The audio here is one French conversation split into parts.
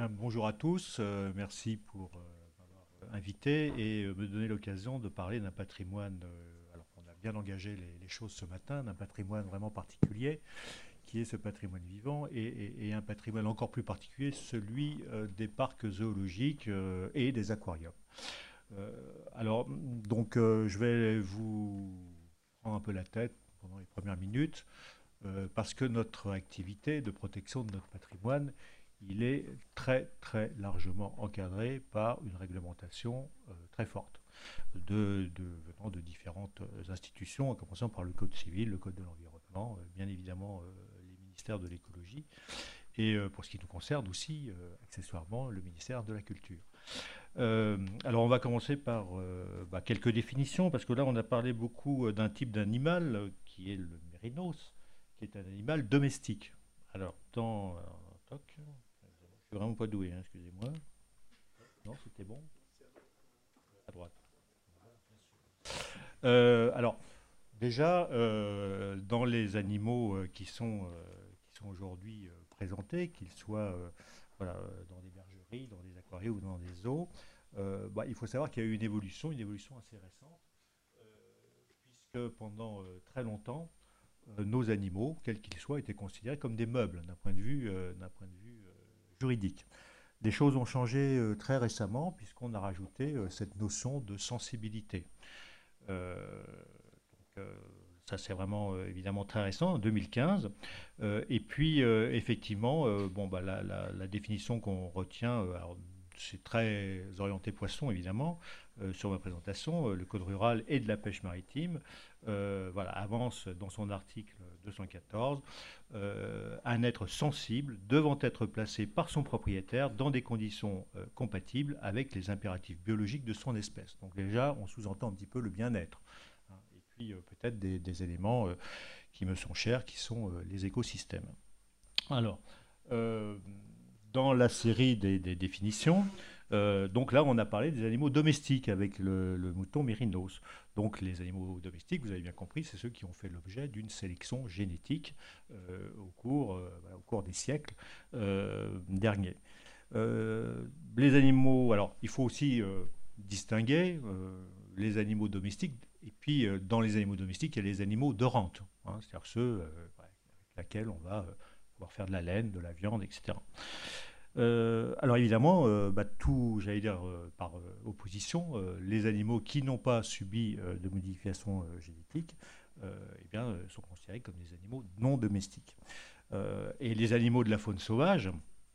Bien, bonjour à tous. Merci pour m'avoir invité et me donner l'occasion de parler d'un patrimoine. Alors, on a bien engagé les choses ce matin, d'un patrimoine vraiment particulier, qui est ce patrimoine vivant, et un patrimoine encore plus particulier, celui des parcs zoologiques et des aquariums. Euh, je vais vous prendre un peu la tête pendant les premières minutes parce que notre activité de protection de notre patrimoine, il est très très largement encadré par une réglementation très forte venant de différentes institutions, en commençant par le Code civil, le Code de l'environnement, bien évidemment les ministères de l'écologie, et pour ce qui nous concerne aussi, accessoirement, le ministère de la Culture. Alors on va commencer par quelques définitions, parce que là on a parlé beaucoup d'un type d'animal qui est le mérinos, qui est un animal domestique. Alors toc, je suis vraiment pas doué, hein, excusez-moi. Non, c'était bon. À droite. Alors déjà, dans les animaux qui sont aujourd'hui présentés, qu'ils soient dans des bergeries, dans des aquariums ou dans des zoos, il faut savoir qu'il y a eu une évolution assez récente, euh, puisque pendant très longtemps, nos animaux, quels qu'ils soient, étaient considérés comme des meubles d'un point de vue juridique. Les choses ont changé très récemment, puisqu'on a rajouté cette notion de sensibilité. Donc, ça, c'est vraiment évidemment très récent, en 2015. Et puis, effectivement, la définition qu'on retient, alors, c'est très orienté poisson, évidemment, sur ma présentation. Le Code rural et de la pêche maritime avance dans son article 214 un être sensible devant être placé par son propriétaire dans des conditions compatibles avec les impératifs biologiques de son espèce. Donc déjà, on sous-entend un petit peu le bien-être, hein. Et puis peut-être des éléments qui me sont chers, qui sont les écosystèmes. Alors, euh, dans la série des définitions, donc là, on a parlé des animaux domestiques avec le mouton mérinos. Donc les animaux domestiques, vous avez bien compris, c'est ceux qui ont fait l'objet d'une sélection génétique au cours des siècles derniers. Les animaux, alors il faut aussi distinguer les animaux domestiques, et puis dans les animaux domestiques, il y a les animaux de rente, hein, c'est-à-dire ceux avec lesquels on va pouvoir faire de la laine, de la viande, etc. Alors évidemment, tout, j'allais dire par opposition, les animaux qui n'ont pas subi de modification génétique sont considérés comme des animaux non domestiques. Et les animaux de la faune sauvage,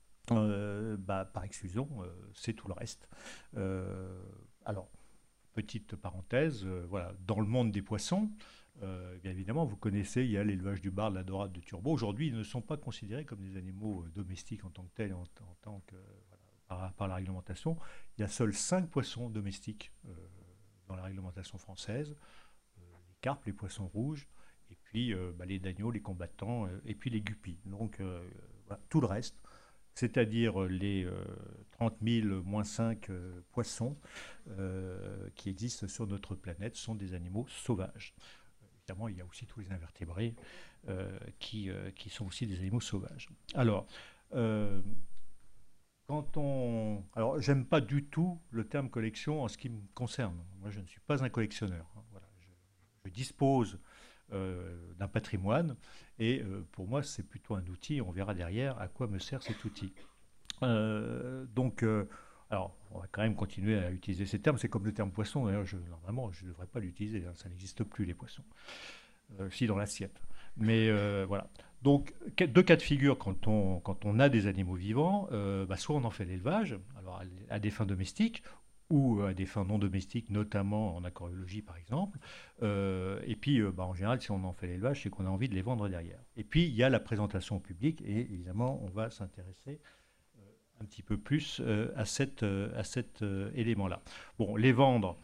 par exclusion, c'est tout le reste. Euh, alors, petite parenthèse, voilà, dans le monde des poissons, bien évidemment, vous connaissez, il y a l'élevage du bar, de la dorade, de turbo. Aujourd'hui, ils ne sont pas considérés comme des animaux domestiques en tant que tels, en tant que, par la réglementation. Il y a seuls 5 poissons domestiques dans la réglementation française, les carpes, les poissons rouges, et puis les dagneaux, les combattants, et puis les guppies. Donc, tout le reste, c'est-à-dire les 30 000 moins 5 poissons qui existent sur notre planète, sont des animaux sauvages. Évidemment, il y a aussi tous les invertébrés qui sont aussi des animaux sauvages. Alors, euh, alors, j'aime pas du tout le terme collection en ce qui me concerne. Moi, je ne suis pas un collectionneur, hein. Voilà, je dispose d'un patrimoine et pour moi, c'est plutôt un outil. On verra derrière à quoi me sert cet outil. Euh, donc, euh, alors, on va quand même continuer à utiliser ces termes. C'est comme le terme poisson. D'ailleurs, normalement, je ne devrais pas l'utiliser, hein. Ça n'existe plus, les poissons. Si, dans l'assiette. Mais voilà. Donc, deux cas de figure quand on a des animaux vivants. Soit on en fait l'élevage, alors à des fins domestiques, ou à des fins non domestiques, notamment en aquariologie par exemple. Et puis, en général, si on en fait l'élevage, c'est qu'on a envie de les vendre derrière. Et puis, il y a la présentation au public, et évidemment, on va s'intéresser un petit peu plus à cet élément-là. Bon, les vendre,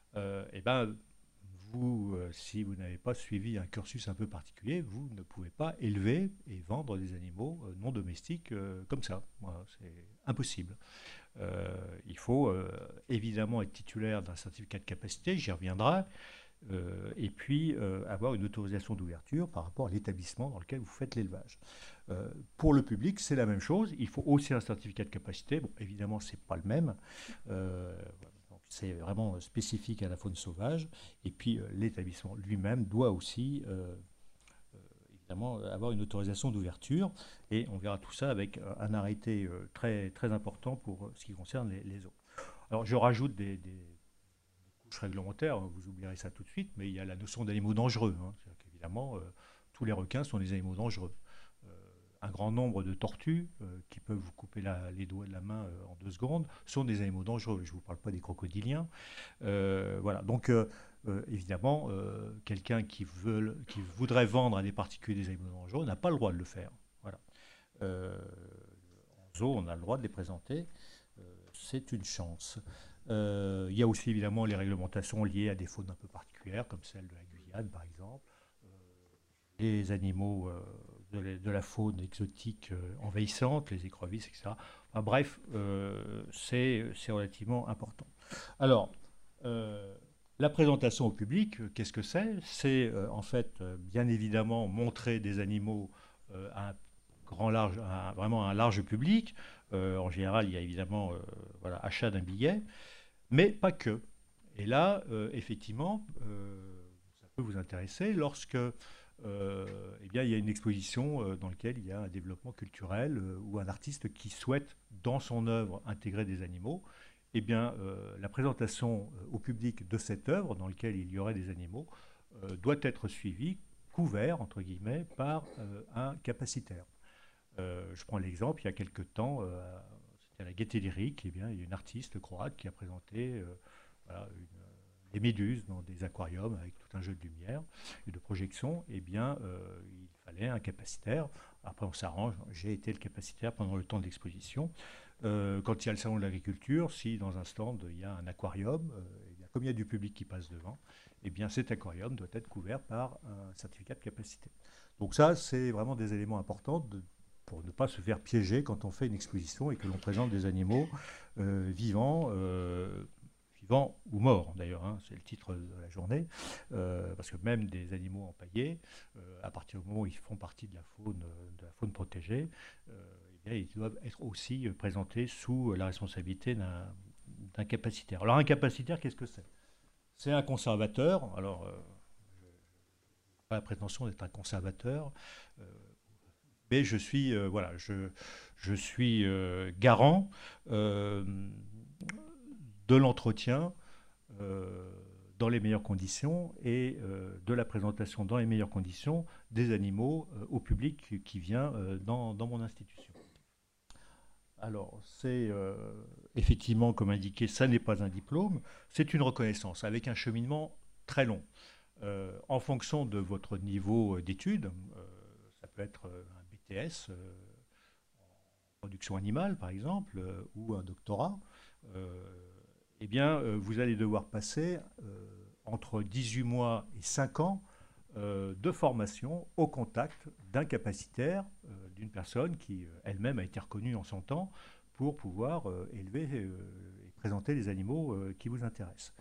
vous, si vous n'avez pas suivi un cursus un peu particulier, vous ne pouvez pas élever et vendre des animaux non domestiques comme ça. Voilà, c'est impossible. Il faut évidemment être titulaire d'un certificat de capacité, j'y reviendrai, et puis avoir une autorisation d'ouverture par rapport à l'établissement dans lequel vous faites l'élevage. Pour le public, c'est la même chose. Il faut aussi un certificat de capacité. Bon, évidemment, ce n'est pas le même. Voilà. Donc, c'est vraiment spécifique à la faune sauvage. Et puis, l'établissement lui-même doit aussi, évidemment, avoir une autorisation d'ouverture. Et on verra tout ça avec un arrêté très, très important pour ce qui concerne les eaux. Alors, je rajoute des couches réglementaires, vous oublierez ça tout de suite, mais il y a la notion d'animaux dangereux, hein. C'est-à-dire qu'évidemment, tous les requins sont des animaux dangereux. Euh, un grand nombre de tortues qui peuvent vous couper les doigts de la main en 2 secondes sont des animaux dangereux. Je ne vous parle pas des crocodiliens. Voilà. Donc, évidemment, quelqu'un qui voudrait vendre à des particuliers des animaux dangereux n'a pas le droit de le faire. Voilà. Euh, En zoo, on a le droit de les présenter. C'est une chance. Il y a aussi évidemment les réglementations liées à des faunes un peu particulières, comme celle de la Guyane par exemple. Euh, les animaux de la faune exotique envahissante, les écrevisses, etc. Enfin, bref, c'est relativement important. Alors, euh, la présentation au public, qu'est-ce que c'est? C'est en fait, bien évidemment, montrer des animaux à un large, vraiment un large public. En général, il y a évidemment voilà, achat d'un billet, mais pas que. Et là, effectivement, ça peut vous intéresser lorsque eh bien, il y a une exposition dans laquelle il y a un développement culturel ou un artiste qui souhaite, dans son œuvre, intégrer des animaux. Eh bien, la présentation au public de cette œuvre, dans laquelle il y aurait des animaux, doit être suivie, couvert, entre guillemets, par un capacitaire. Je prends l'exemple, il y a quelque temps, c'était à la Gaîté Lyrique, eh bien, il y a une artiste croate qui a présenté voilà, des méduses dans des aquariums avec tout un jeu de lumière et de projection. Eh bien, il fallait un capacitaire. Après, on s'arrange. J'ai été le capacitaire pendant le temps de l'exposition. Quand il y a le salon de l'agriculture, si dans un stand il y a un aquarium, eh bien, comme il y a du public qui passe devant, eh bien, cet aquarium doit être couvert par un certificat de capacité. Donc ça, c'est vraiment des éléments importants pour ne pas se faire piéger quand on fait une exposition et que l'on présente des animaux vivants, vivants ou morts d'ailleurs, hein, c'est le titre de la journée, parce que même des animaux empaillés, à partir du moment où ils font partie de la faune protégée, eh bien, ils doivent être aussi présentés sous la responsabilité d'un capacitaire. Alors un capacitaire, qu'est-ce que c'est? C'est un conservateur. Alors, pas la prétention d'être un conservateur, euh, mais voilà, je suis garant euh, de l'entretien euh, dans les meilleures conditions et de la présentation dans les meilleures conditions des animaux au public qui vient dans mon institution. Alors, c'est effectivement, comme indiqué, ça n'est pas un diplôme, c'est une reconnaissance avec un cheminement très long. En fonction de votre niveau d'études, ça peut être un BTS en production animale, par exemple, ou un doctorat, euh, eh bien, vous allez devoir passer entre 18 mois et 5 ans de formation au contact d'un capacitaire, d'une personne qui elle-même a été reconnue en son temps pour pouvoir élever et présenter les animaux qui vous intéressent.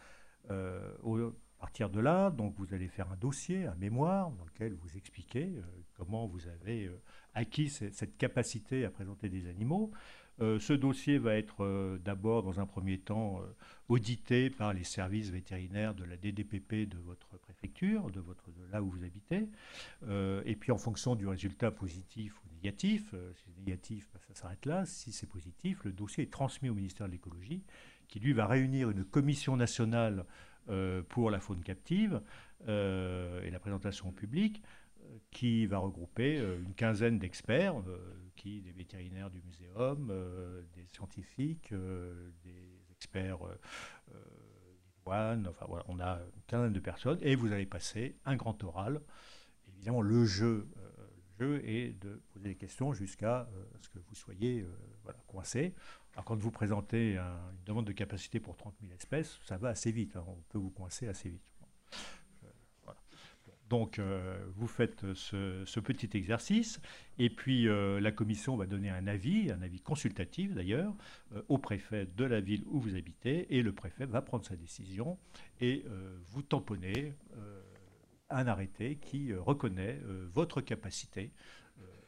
À partir de là, donc vous allez faire un dossier, un mémoire, dans lequel vous expliquez comment vous avez acquis cette capacité à présenter des animaux. Ce dossier va être d'abord, dans un premier temps, audité par les services vétérinaires de la DDPP de votre préfecture, de là où vous habitez. Et puis, en fonction du résultat positif ou négatif, si c'est négatif, ben, ça s'arrête là. Si c'est positif, le dossier est transmis au ministère de l'écologie, qui lui va réunir une commission nationale pour la faune captive et la présentation au public, qui va regrouper une quinzaine d'experts, des vétérinaires du muséum, des scientifiques, des experts des douanes, enfin voilà, on a une quinzaine de personnes, et vous allez passer un grand oral. Évidemment, le jeu est de poser des questions jusqu'à ce que vous soyez voilà, coincé. Alors, quand vous présentez une demande de capacité pour 30 000 espèces, ça va assez vite, hein, on peut vous coincer assez vite. Voilà. Donc, vous faites ce petit exercice, et puis la commission va donner un avis consultatif d'ailleurs, au préfet de la ville où vous habitez, et le préfet va prendre sa décision, et vous tamponnez un arrêté qui reconnaît votre capacité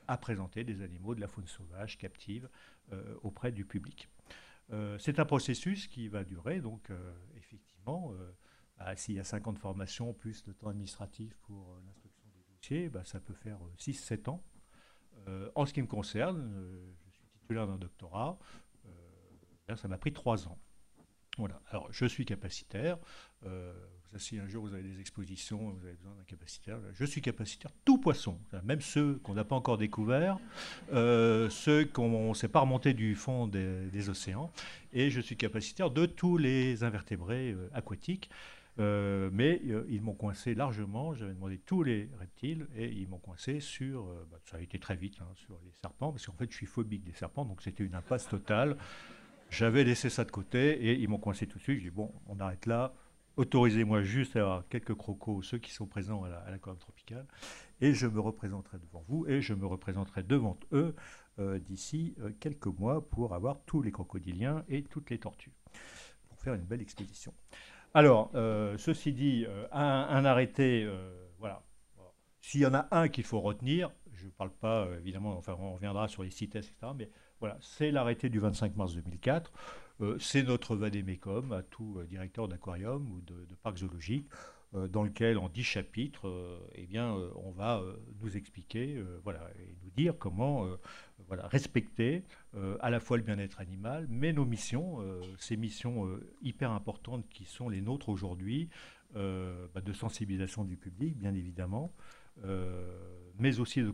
à présenter des animaux de la faune sauvage captive auprès du public. C'est un processus qui va durer, donc effectivement, s'il y a 50 formations plus le temps administratif pour l'instruction des dossiers, ça peut faire 6 7 ans. En ce qui me concerne, je suis titulaire d'un doctorat, ça m'a pris 3 ans. Voilà. Alors, je suis capacitaire. Si un jour vous avez des expositions, vous avez besoin d'un capacitaire, je suis capacitaire tout poisson, même ceux qu'on n'a pas encore découverts, ceux qu'on ne sait pas remonter du fond des océans. Et je suis capacitaire de tous les invertébrés aquatiques. Mais ils m'ont coincé largement. J'avais demandé tous les reptiles et ils m'ont coincé sur. Ça a été très vite sur les serpents, parce qu'en fait, je suis phobique des serpents, donc c'était une impasse totale. J'avais laissé ça de côté et ils m'ont coincé tout de suite. Je dis bon, on arrête là. Autorisez-moi juste à avoir quelques crocos, ceux qui sont présents à l'aquarium tropical, et je me représenterai devant vous et je me représenterai devant eux d'ici quelques mois pour avoir tous les crocodiliens et toutes les tortues, pour faire une belle expédition. Alors, ceci dit, un arrêté, voilà. S'il y en a un qu'il faut retenir, je ne parle pas, évidemment, enfin, on reviendra sur les CITES, etc., mais voilà, c'est l'arrêté du 25 mars 2004. C'est notre vadémécum à tout directeur d'aquarium ou de parc zoologique, dans lequel, en 10 chapitres, on va nous expliquer voilà, et nous dire comment voilà, respecter à la fois le bien-être animal, mais nos missions, ces missions hyper importantes qui sont les nôtres aujourd'hui, de sensibilisation du public, bien évidemment, mais aussi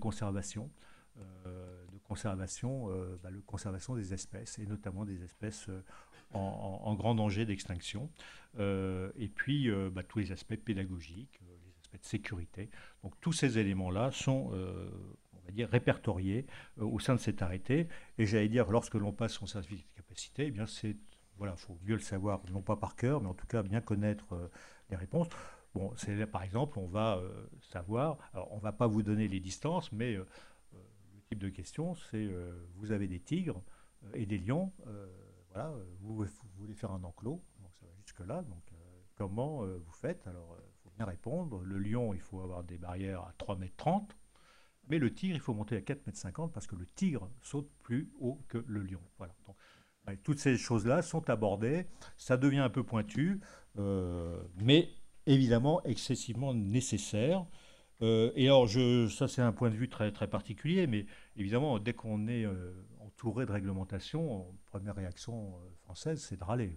de conservation des espèces, et notamment des espèces en grand danger d'extinction, et puis tous les aspects pédagogiques, les aspects de sécurité. Donc tous ces éléments-là sont, on va dire, répertoriés au sein de cet arrêté, et j'allais dire, lorsque l'on passe son certificat de capacité, eh bien c'est, voilà, faut mieux le savoir, non pas par cœur, mais en tout cas bien connaître les réponses. Bon, c'est par exemple, on va savoir, alors on ne va pas vous donner les distances, mais le type de question, c'est vous avez des tigres et des lions, voilà, vous voulez faire un enclos, donc ça va jusque-là, donc comment vous faites? Alors, il faut bien répondre. Le lion, il faut avoir des barrières à 3,30 m, mais le tigre, il faut monter à 4,50 m parce que le tigre saute plus haut que le lion. Voilà. Donc, toutes ces choses-là sont abordées, ça devient un peu pointu, mais évidemment excessivement nécessaire. Et alors, ça c'est un point de vue très, très particulier, mais évidemment, dès qu'on est entouré de réglementations, première réaction française, c'est de râler.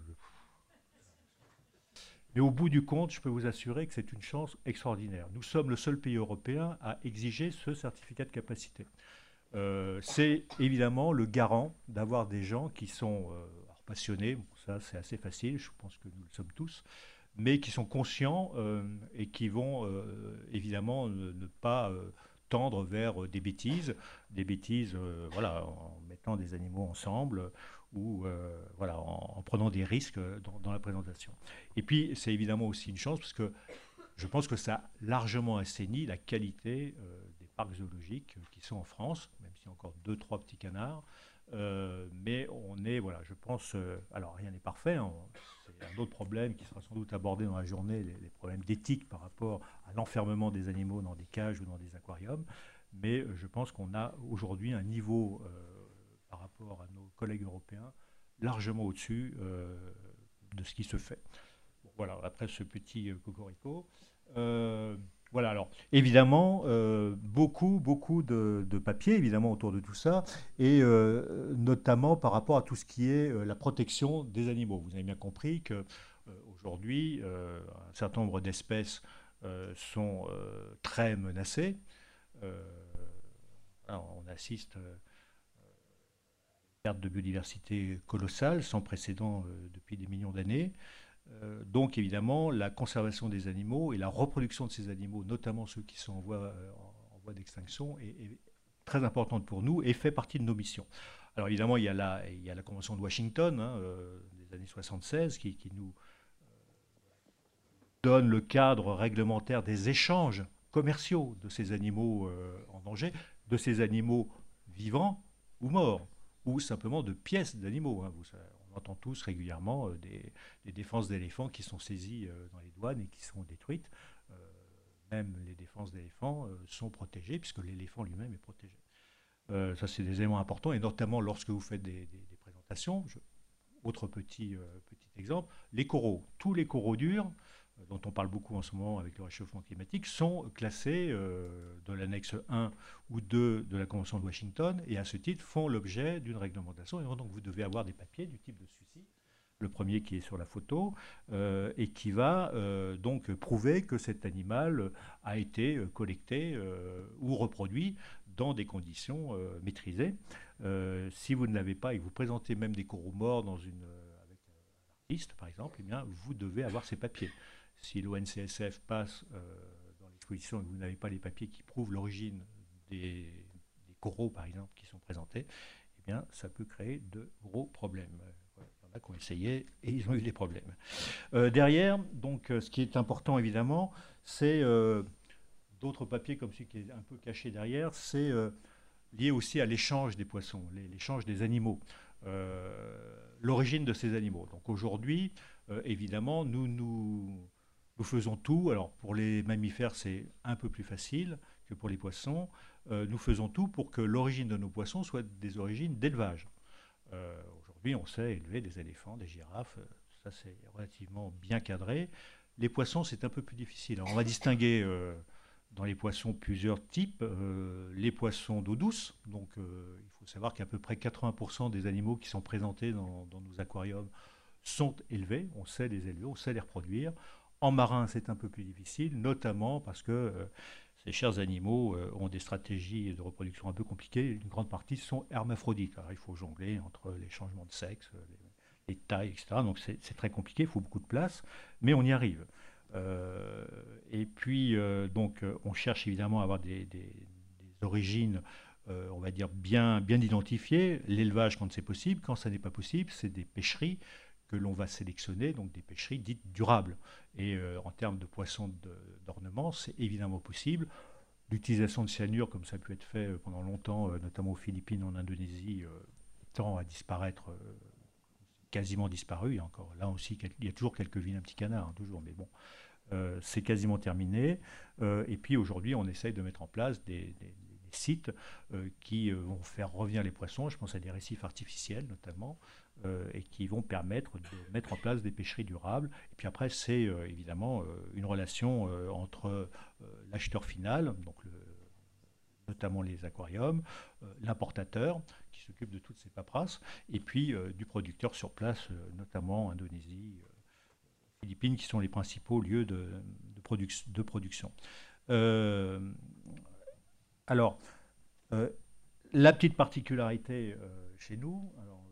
Mais au bout du compte, je peux vous assurer que c'est une chance extraordinaire. Nous sommes le seul pays européen à exiger ce certificat de capacité. C'est évidemment le garant d'avoir des gens qui sont passionnés, bon, ça c'est assez facile, je pense que nous le sommes tous, mais qui sont conscients et qui vont évidemment ne pas tendre vers des bêtises voilà, en mettant des animaux ensemble ou voilà, en prenant des risques dans la présentation. Et puis c'est évidemment aussi une chance parce que je pense que ça a largement assaini la qualité des parcs zoologiques qui sont en France, même s'il y a encore deux, trois petits canards. Mais on est, voilà, je pense, alors rien n'est parfait, hein, c'est un autre problème qui sera sans doute abordé dans la journée, les problèmes d'éthique par rapport à l'enfermement des animaux dans des cages ou dans des aquariums. Mais je pense qu'on a aujourd'hui un niveau par rapport à nos collègues européens largement au-dessus de ce qui se fait. Bon, voilà, après ce petit cocorico. Euh, voilà, alors évidemment, beaucoup de papiers évidemment autour de tout ça, et notamment par rapport à tout ce qui est la protection des animaux. Vous avez bien compris que aujourd'hui, un certain nombre d'espèces sont très menacées. Euh, alors, on assiste à une perte de biodiversité colossale, sans précédent depuis des millions d'années. Donc évidemment, la conservation des animaux et la reproduction de ces animaux, notamment ceux qui sont en voie d'extinction, est très importante pour nous et fait partie de nos missions. Alors évidemment, il y a la Convention de Washington des années 76 qui nous donne le cadre réglementaire des échanges commerciaux de ces animaux en danger, de ces animaux vivants ou morts, ou simplement de pièces d'animaux, hein. On entend tous régulièrement des défenses d'éléphants qui sont saisies dans les douanes et qui sont détruites. Euh, Même les défenses d'éléphants sont protégées, puisque l'éléphant lui-même est protégé. Ça, c'est des éléments importants, et notamment lorsque vous faites des présentations. Autre petit exemple, les coraux. Tous les coraux durs, dont on parle beaucoup en ce moment avec le réchauffement climatique, sont classés dans l'annexe 1 ou 2 de la Convention de Washington, et à ce titre font l'objet d'une réglementation. Et donc vous devez avoir des papiers du type de celui-ci, le premier qui est sur la photo, et qui va donc prouver que cet animal a été collecté ou reproduit dans des conditions maîtrisées. Si vous ne l'avez pas et que vous présentez même des coraux morts avec un artiste, par exemple, eh bien, vous devez avoir ces papiers. Si l'ONCSF passe dans l'exposition et que vous n'avez pas les papiers qui prouvent l'origine des coraux, par exemple, qui sont présentés, eh bien, ça peut créer de gros problèmes. Il y en a qui ont essayé et ils ont eu des problèmes. Derrière, donc, ce qui est important, évidemment, c'est d'autres papiers comme celui qui est un peu caché derrière, c'est lié aussi à l'échange des poissons, l'échange des animaux, l'origine de ces animaux. Donc aujourd'hui, évidemment, nous faisons tout. Alors pour les mammifères, c'est un peu plus facile que pour les poissons. Nous faisons tout pour que l'origine de nos poissons soit des origines d'élevage. Aujourd'hui, on sait élever des éléphants, des girafes, ça c'est relativement bien cadré. Les poissons, c'est un peu plus difficile. Alors, on va distinguer dans les poissons plusieurs types. Les poissons d'eau douce, donc il faut savoir qu'à peu près 80% des animaux qui sont présentés dans nos aquariums sont élevés, on sait les élever, on sait les reproduire. En marin, c'est un peu plus difficile, notamment parce que ces chers animaux ont des stratégies de reproduction un peu compliquées. Une grande partie sont hermaphrodites. Alors, il faut jongler entre les changements de sexe, les tailles, etc. Donc c'est très compliqué, il faut beaucoup de place, mais on y arrive. Et puis, donc, on cherche évidemment à avoir des origines, on va dire, bien identifiées. L'élevage, quand c'est possible. Quand ça n'est pas possible, c'est des pêcheries que l'on va sélectionner, donc des pêcheries dites durables. Et en termes de poissons d'ornement, c'est évidemment possible. L'utilisation de cyanure, comme ça a pu être fait pendant longtemps, notamment aux Philippines, en Indonésie, tend à disparaître, quasiment disparu. Il y a encore là aussi, il y a toujours quelques vilains petits canards, hein, toujours, mais bon, c'est quasiment terminé. Et puis aujourd'hui, on essaye de mettre en place des sites qui vont faire revenir les poissons. Je pense à des récifs artificiels notamment, et qui vont permettre de mettre en place des pêcheries durables. Et puis après, c'est évidemment une relation entre l'acheteur final, donc notamment les aquariums, l'importateur qui s'occupe de toutes ces paperasses, et puis du producteur sur place, notamment Indonésie, Philippines, qui sont les principaux lieux de production. Euh, alors, euh, la petite particularité chez nous, alors,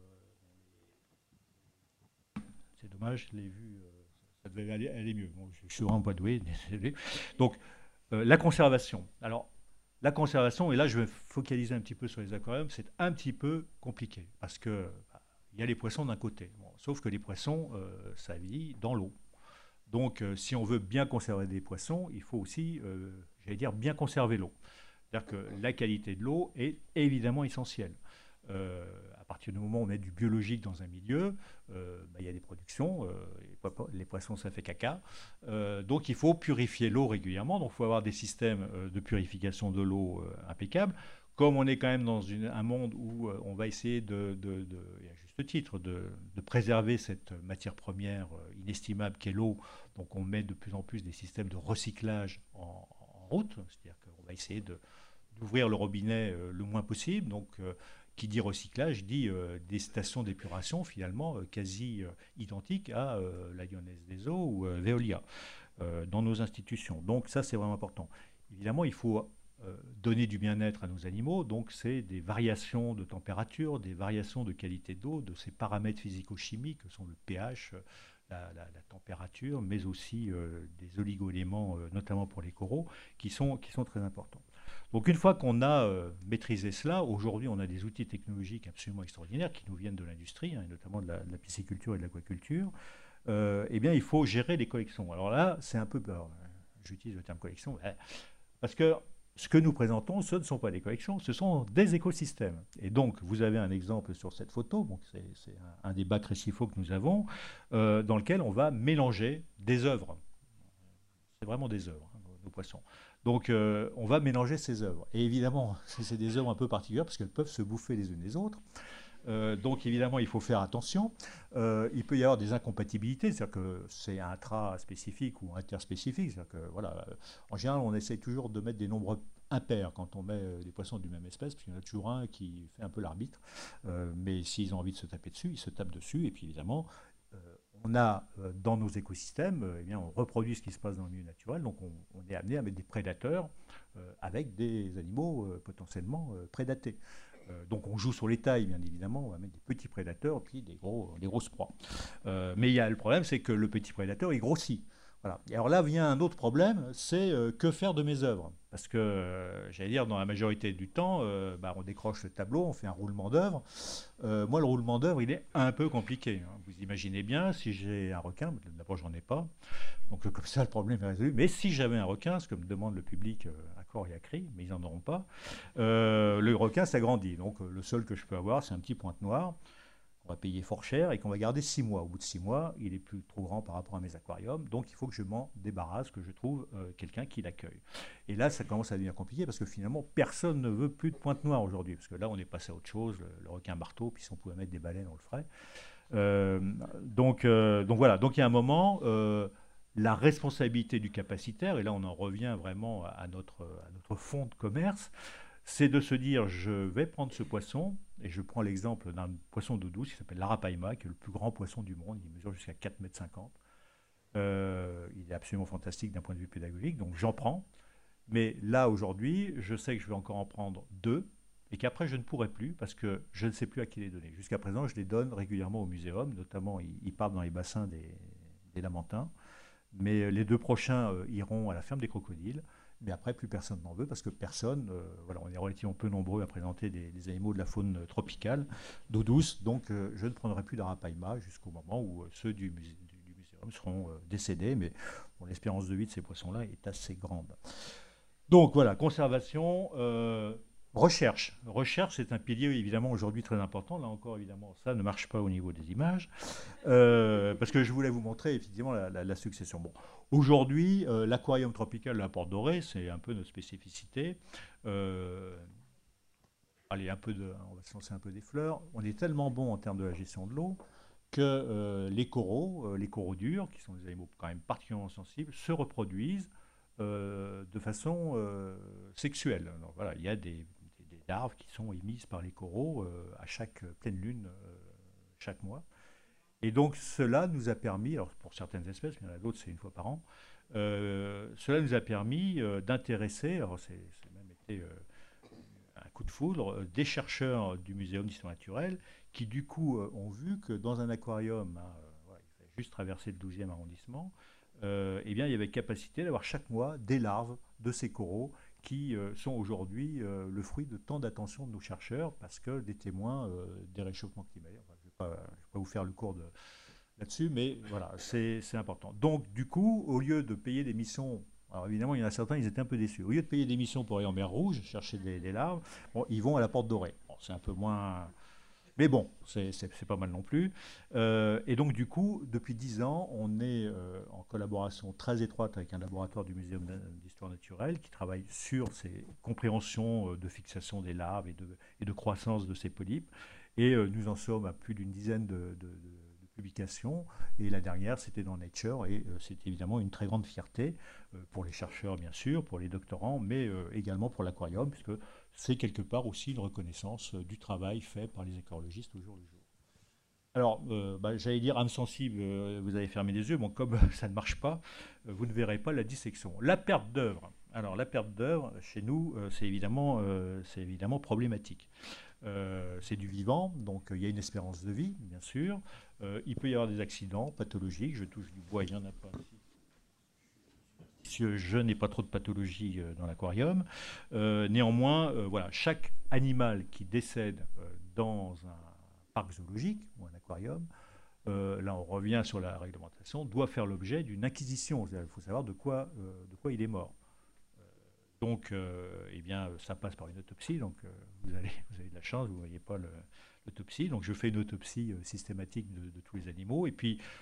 c'est dommage, je l'ai vu, ça devait aller mieux. Bon, je suis vraiment pas doué, désolé. Donc, la conservation. Alors, la conservation, et là je vais focaliser un petit peu sur les aquariums, c'est un petit peu compliqué parce que il y a les poissons d'un côté. Bon, sauf que les poissons, ça vit dans l'eau. Donc, si on veut bien conserver des poissons, il faut aussi, j'allais dire, bien conserver l'eau. C'est-à-dire que la qualité de l'eau est évidemment essentielle. À partir du moment où on met du biologique dans un milieu, il y a des productions, les poissons ça fait caca, donc il faut purifier l'eau régulièrement, donc il faut avoir des systèmes de purification de l'eau impeccables. Comme on est quand même dans un monde où on va essayer et à juste titre, de préserver cette matière première inestimable qu'est l'eau, donc on met de plus en plus des systèmes de recyclage en route, c'est-à-dire qu'on va essayer d'ouvrir le robinet le moins possible. Donc, qui dit recyclage dit des stations d'épuration finalement quasi identiques à la Lyonnaise des Eaux ou Veolia dans nos institutions. Donc ça, c'est vraiment important. Évidemment, il faut donner du bien-être à nos animaux. Donc c'est des variations de température, des variations de qualité d'eau, de ces paramètres physico-chimiques que sont le pH, la température, mais aussi des oligo-éléments, notamment pour les coraux, qui sont très importants. Donc une fois qu'on a maîtrisé cela, aujourd'hui on a des outils technologiques absolument extraordinaires qui nous viennent de l'industrie, hein, et notamment de la pisciculture et de l'aquaculture. Eh bien il faut gérer les collections. Alors là, c'est un peu peur. J'utilise le terme collection, parce que ce que nous présentons, ce ne sont pas des collections, ce sont des écosystèmes. Et donc, vous avez un exemple sur cette photo, donc c'est un des bacs récifaux que nous avons, dans lequel on va mélanger des œuvres. C'est vraiment des œuvres, hein, nos poissons. Donc, on va mélanger ces œuvres. Et évidemment, c'est des œuvres un peu particulières parce qu'elles peuvent se bouffer les unes les autres. Donc évidemment, il faut faire attention. Il peut y avoir des incompatibilités, c'est-à-dire que c'est intra-spécifique ou interspécifique. C'est-à-dire que, voilà, en général, on essaie toujours de mettre des nombres impairs quand on met des poissons d'une même espèce, parce qu'il y en a toujours un qui fait un peu l'arbitre. Mais s'ils ont envie de se taper dessus, ils se tapent dessus. Et puis évidemment, euh, on a dans nos écosystèmes, eh bien, on reproduit ce qui se passe dans le milieu naturel, donc on est amené à mettre des prédateurs avec des animaux potentiellement prédatés. Donc on joue sur les tailles, bien évidemment, on va mettre des petits prédateurs, puis des grosses proies. Mais il y a le problème, c'est que le petit prédateur, il grossit. Voilà. Et alors là vient un autre problème, c'est que faire de mes œuvres. Parce que, j'allais dire, dans la majorité du temps, bah, on décroche le tableau, on fait un roulement d'œuvre. Moi, le roulement d'œuvre, il est un peu compliqué, hein. Vous imaginez bien, si j'ai un requin, d'abord, j'en ai pas, donc comme ça, le problème est résolu. Mais si j'avais un requin, ce que me demande le public à corps et à cri, mais ils n'en auront pas, le requin s'agrandit. Donc le seul que je peux avoir, c'est un petit pointe noire qu'on va payer fort cher et qu'on va garder 6 mois. Au bout de 6 mois, il est plus trop grand par rapport à mes aquariums, donc il faut que je m'en débarrasse, que je trouve quelqu'un qui l'accueille. Et là, ça commence à devenir compliqué parce que finalement, personne ne veut plus de pointe noire aujourd'hui, parce que là, on est passé à autre chose, le requin marteau, puis si on pouvait mettre des baleines, on le ferait. Euh, donc voilà, donc il y a un moment, la responsabilité du capacitaire, et là on en revient vraiment à notre fond de commerce, c'est de se dire je vais prendre ce poisson, et je prends l'exemple d'un poisson d'eau douce qui s'appelle l'arapaima, qui est le plus grand poisson du monde, il mesure jusqu'à 4,50 m. Il est absolument fantastique d'un point de vue pédagogique, donc j'en prends. Mais là, aujourd'hui, je sais que je vais encore en prendre deux et qu'après, je ne pourrai plus parce que je ne sais plus à qui les donner. Jusqu'à présent, je les donne régulièrement au muséum, notamment ils partent dans les bassins des Lamentins. Mais les deux prochains iront à la ferme des crocodiles. Mais après, plus personne n'en veut parce que personne, voilà, on est relativement peu nombreux à présenter des animaux de la faune tropicale, d'eau douce. Donc, je ne prendrai plus d'arapaima jusqu'au moment où ceux du muséum seront décédés. Mais bon, l'espérance de vie de ces poissons-là est assez grande. Donc voilà, conservation, recherche. Recherche, c'est un pilier évidemment aujourd'hui très important. Là encore, évidemment, ça ne marche pas au niveau des images. Parce que je voulais vous montrer effectivement la succession. Bon, aujourd'hui, l'aquarium tropical de la Porte Dorée, c'est un peu notre spécificité. Euh, allez, on va se lancer un peu des fleurs. On est tellement bon en termes de la gestion de l'eau que les coraux durs, qui sont des animaux quand même particulièrement sensibles, se reproduisent de façon sexuelle. Donc, voilà, il y a des larves qui sont émises par les coraux à chaque pleine lune, chaque mois. Et donc cela nous a permis, alors pour certaines espèces, mais il y en a d'autres, c'est une fois par an, cela nous a permis d'intéresser, alors c'est même été un coup de foudre, des chercheurs du Muséum d'histoire naturelle qui du coup ont vu que dans un aquarium, hein, voilà, il fallait juste traverser le 12e arrondissement, eh bien, il y avait capacité d'avoir chaque mois des larves de ces coraux qui sont aujourd'hui le fruit de tant d'attention de nos chercheurs parce que des témoins des réchauffements climatiques. Enfin, je ne vais, pas vous faire le cours là-dessus, mais voilà, c'est important. Donc, du coup, au lieu de payer des missions, alors évidemment, il y en a certains, ils étaient un peu déçus. Au lieu de payer des missions pour aller en mer Rouge, chercher des larves, bon, ils vont à la Porte Dorée. Bon, c'est un peu moins. Mais bon, c'est pas mal non plus. Et donc, du coup, depuis 10 ans, on est en collaboration très étroite avec un laboratoire du Muséum d'histoire naturelle qui travaille sur ces compréhensions de fixation des larves et de croissance de ces polypes. Et nous en sommes à plus d'une dizaine de publications. Et la dernière, c'était dans Nature. Et c'est évidemment une très grande fierté pour les chercheurs, bien sûr, pour les doctorants, mais également pour l'aquarium, puisque c'est quelque part aussi une reconnaissance du travail fait par les écologistes au jour le jour. Alors, bah, j'allais dire âme sensible, vous avez fermé les yeux, bon, comme ça ne marche pas, vous ne verrez pas la dissection. La perte d'œuvre. Alors, la perte d'œuvre, chez nous, c'est évidemment problématique. C'est du vivant, donc il y a une espérance de vie, bien sûr. Il peut y avoir des accidents pathologiques, je touche du bois, il n'y en a pas si je n'ai pas trop de pathologies dans l'aquarium. Néanmoins, voilà, chaque animal qui décède dans un parc zoologique ou un aquarium, là on revient sur la réglementation, doit faire l'objet d'une acquisition. Il faut savoir de quoi il est mort. Donc, eh bien, ça passe par une autopsie. Donc, vous avez de la chance, vous ne voyez pas l'autopsie. Donc, je fais une autopsie systématique de tous les animaux. Et puis,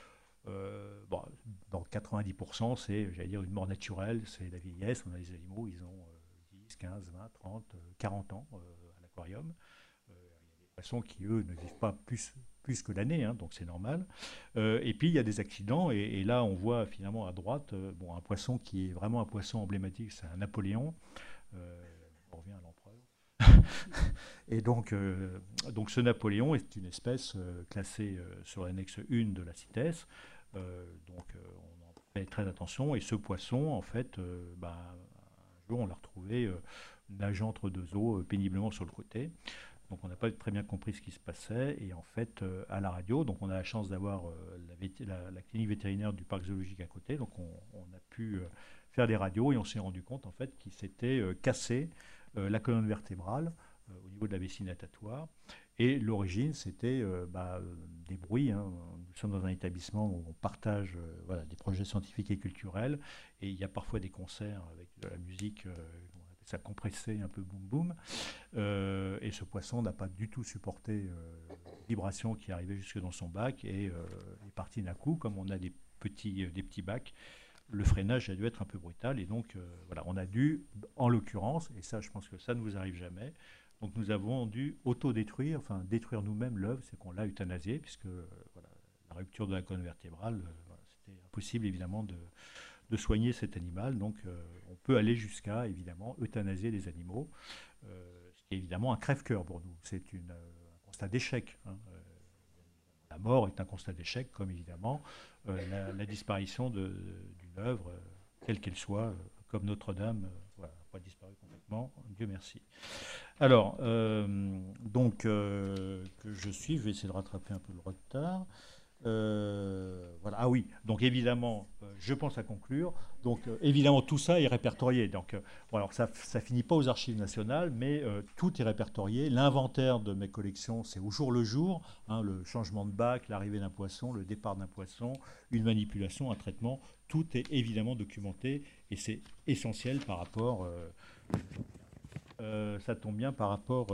Bon, dans 90%, c'est, j'allais dire, une mort naturelle, c'est la vieillesse. On a des animaux, ils ont 10, 15, 20, 30, 40 ans à l'aquarium. Il y a des poissons qui, eux, ne vivent pas plus que l'année, hein, donc c'est normal. Et puis, il y a des accidents, et là, on voit finalement à droite bon, un poisson qui est vraiment un poisson emblématique, c'est un Napoléon. On revient à l'empereur. Et donc ce Napoléon est une espèce classée sur l'annexe 1 de la CITES. On en fait très attention. Et ce poisson, en fait, un jour, on l'a retrouvé nageant entre deux eaux péniblement sur le côté. Donc on n'a pas très bien compris ce qui se passait. Et en fait, à la radio, donc on a la chance d'avoir la clinique vétérinaire du parc zoologique à côté. Donc on a pu faire des radios et on s'est rendu compte en fait qu'il s'était cassé la colonne vertébrale au niveau de la vessie natatoire. Et l'origine, c'était des bruits, hein. Nous sommes dans un établissement où on partage voilà, des projets scientifiques et culturels. Et il y a parfois des concerts avec de la musique, on appelle ça compressée, un peu boum boum. Et ce poisson n'a pas du tout supporté les vibrations qui arrivaient jusque dans son bac et est parti d'un coup, comme on a des petits bacs. Le freinage a dû être un peu brutal et donc voilà, on a dû, en l'occurrence, et ça je pense que ça ne vous arrive jamais, donc nous avons dû autodétruire, enfin détruire nous-mêmes l'œuvre, c'est qu'on l'a euthanasié, puisque voilà, la rupture de la colonne vertébrale, voilà, c'était impossible évidemment de soigner cet animal, donc on peut aller jusqu'à évidemment euthanasier les animaux, ce qui est évidemment un crève-cœur pour nous, c'est un constat d'échec, hein. La mort est un constat d'échec, comme évidemment la disparition d'une œuvre, quelle qu'elle soit, comme Notre-Dame, voilà, n'a pas disparu complètement, Dieu merci. Alors, que je vais essayer de rattraper un peu le retard. Voilà. Ah oui, donc évidemment, je pense à conclure. Donc évidemment, tout ça est répertorié. Donc, bon, alors ça finit pas aux archives nationales, mais tout est répertorié. L'inventaire de mes collections, c'est au jour le jour, hein, le changement de bac, l'arrivée d'un poisson, le départ d'un poisson, une manipulation, un traitement. Tout est évidemment documenté et c'est essentiel par rapport. Ça tombe bien par rapport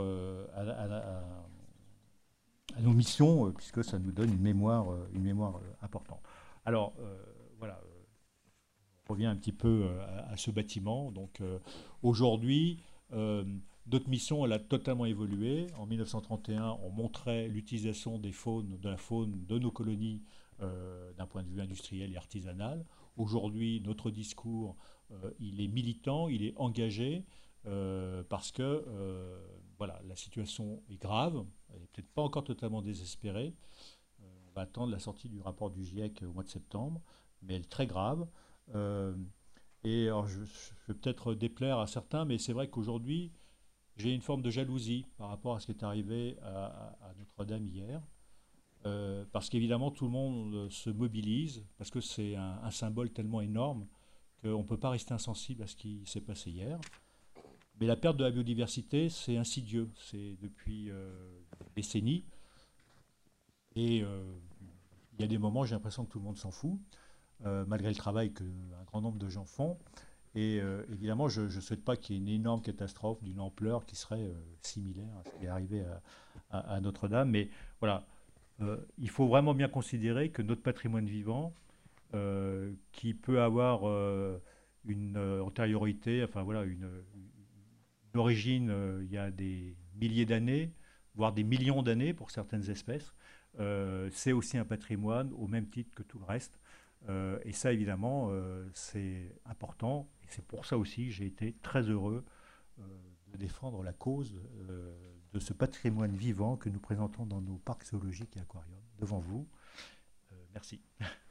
à nos missions, puisque ça nous donne une mémoire importante. Alors, voilà, on revient un petit peu à ce bâtiment. Donc, aujourd'hui, notre mission, elle a totalement évolué. En 1931, on montrait l'utilisation de la faune de nos colonies d'un point de vue industriel et artisanal. Aujourd'hui, notre discours, il est militant, il est engagé, parce que voilà, la situation est grave, elle n'est peut-être pas encore totalement désespérée. On va attendre la sortie du rapport du GIEC au mois de septembre, mais elle est très grave. Euh, et alors, je vais peut-être déplaire à certains, mais c'est vrai qu'aujourd'hui, j'ai une forme de jalousie par rapport à ce qui est arrivé à Notre-Dame hier. Parce qu'évidemment, tout le monde se mobilise, parce que c'est un symbole tellement énorme qu'on ne peut pas rester insensible à ce qui s'est passé hier. Mais la perte de la biodiversité, c'est insidieux. C'est depuis des décennies. Et il y a des moments, j'ai l'impression que tout le monde s'en fout, malgré le travail qu'un grand nombre de gens font. Et évidemment, je ne souhaite pas qu'il y ait une énorme catastrophe d'une ampleur qui serait similaire à ce qui est arrivé à Notre-Dame. Mais voilà, il faut vraiment bien considérer que notre patrimoine vivant, qui peut avoir une antériorité, enfin voilà, une origine il y a des milliers d'années, voire des millions d'années pour certaines espèces, c'est aussi un patrimoine au même titre que tout le reste. Et ça, évidemment, c'est important. Et c'est pour ça aussi que j'ai été très heureux euh, de défendre la cause de ce patrimoine vivant que nous présentons dans nos parcs zoologiques et aquariums devant vous. Merci.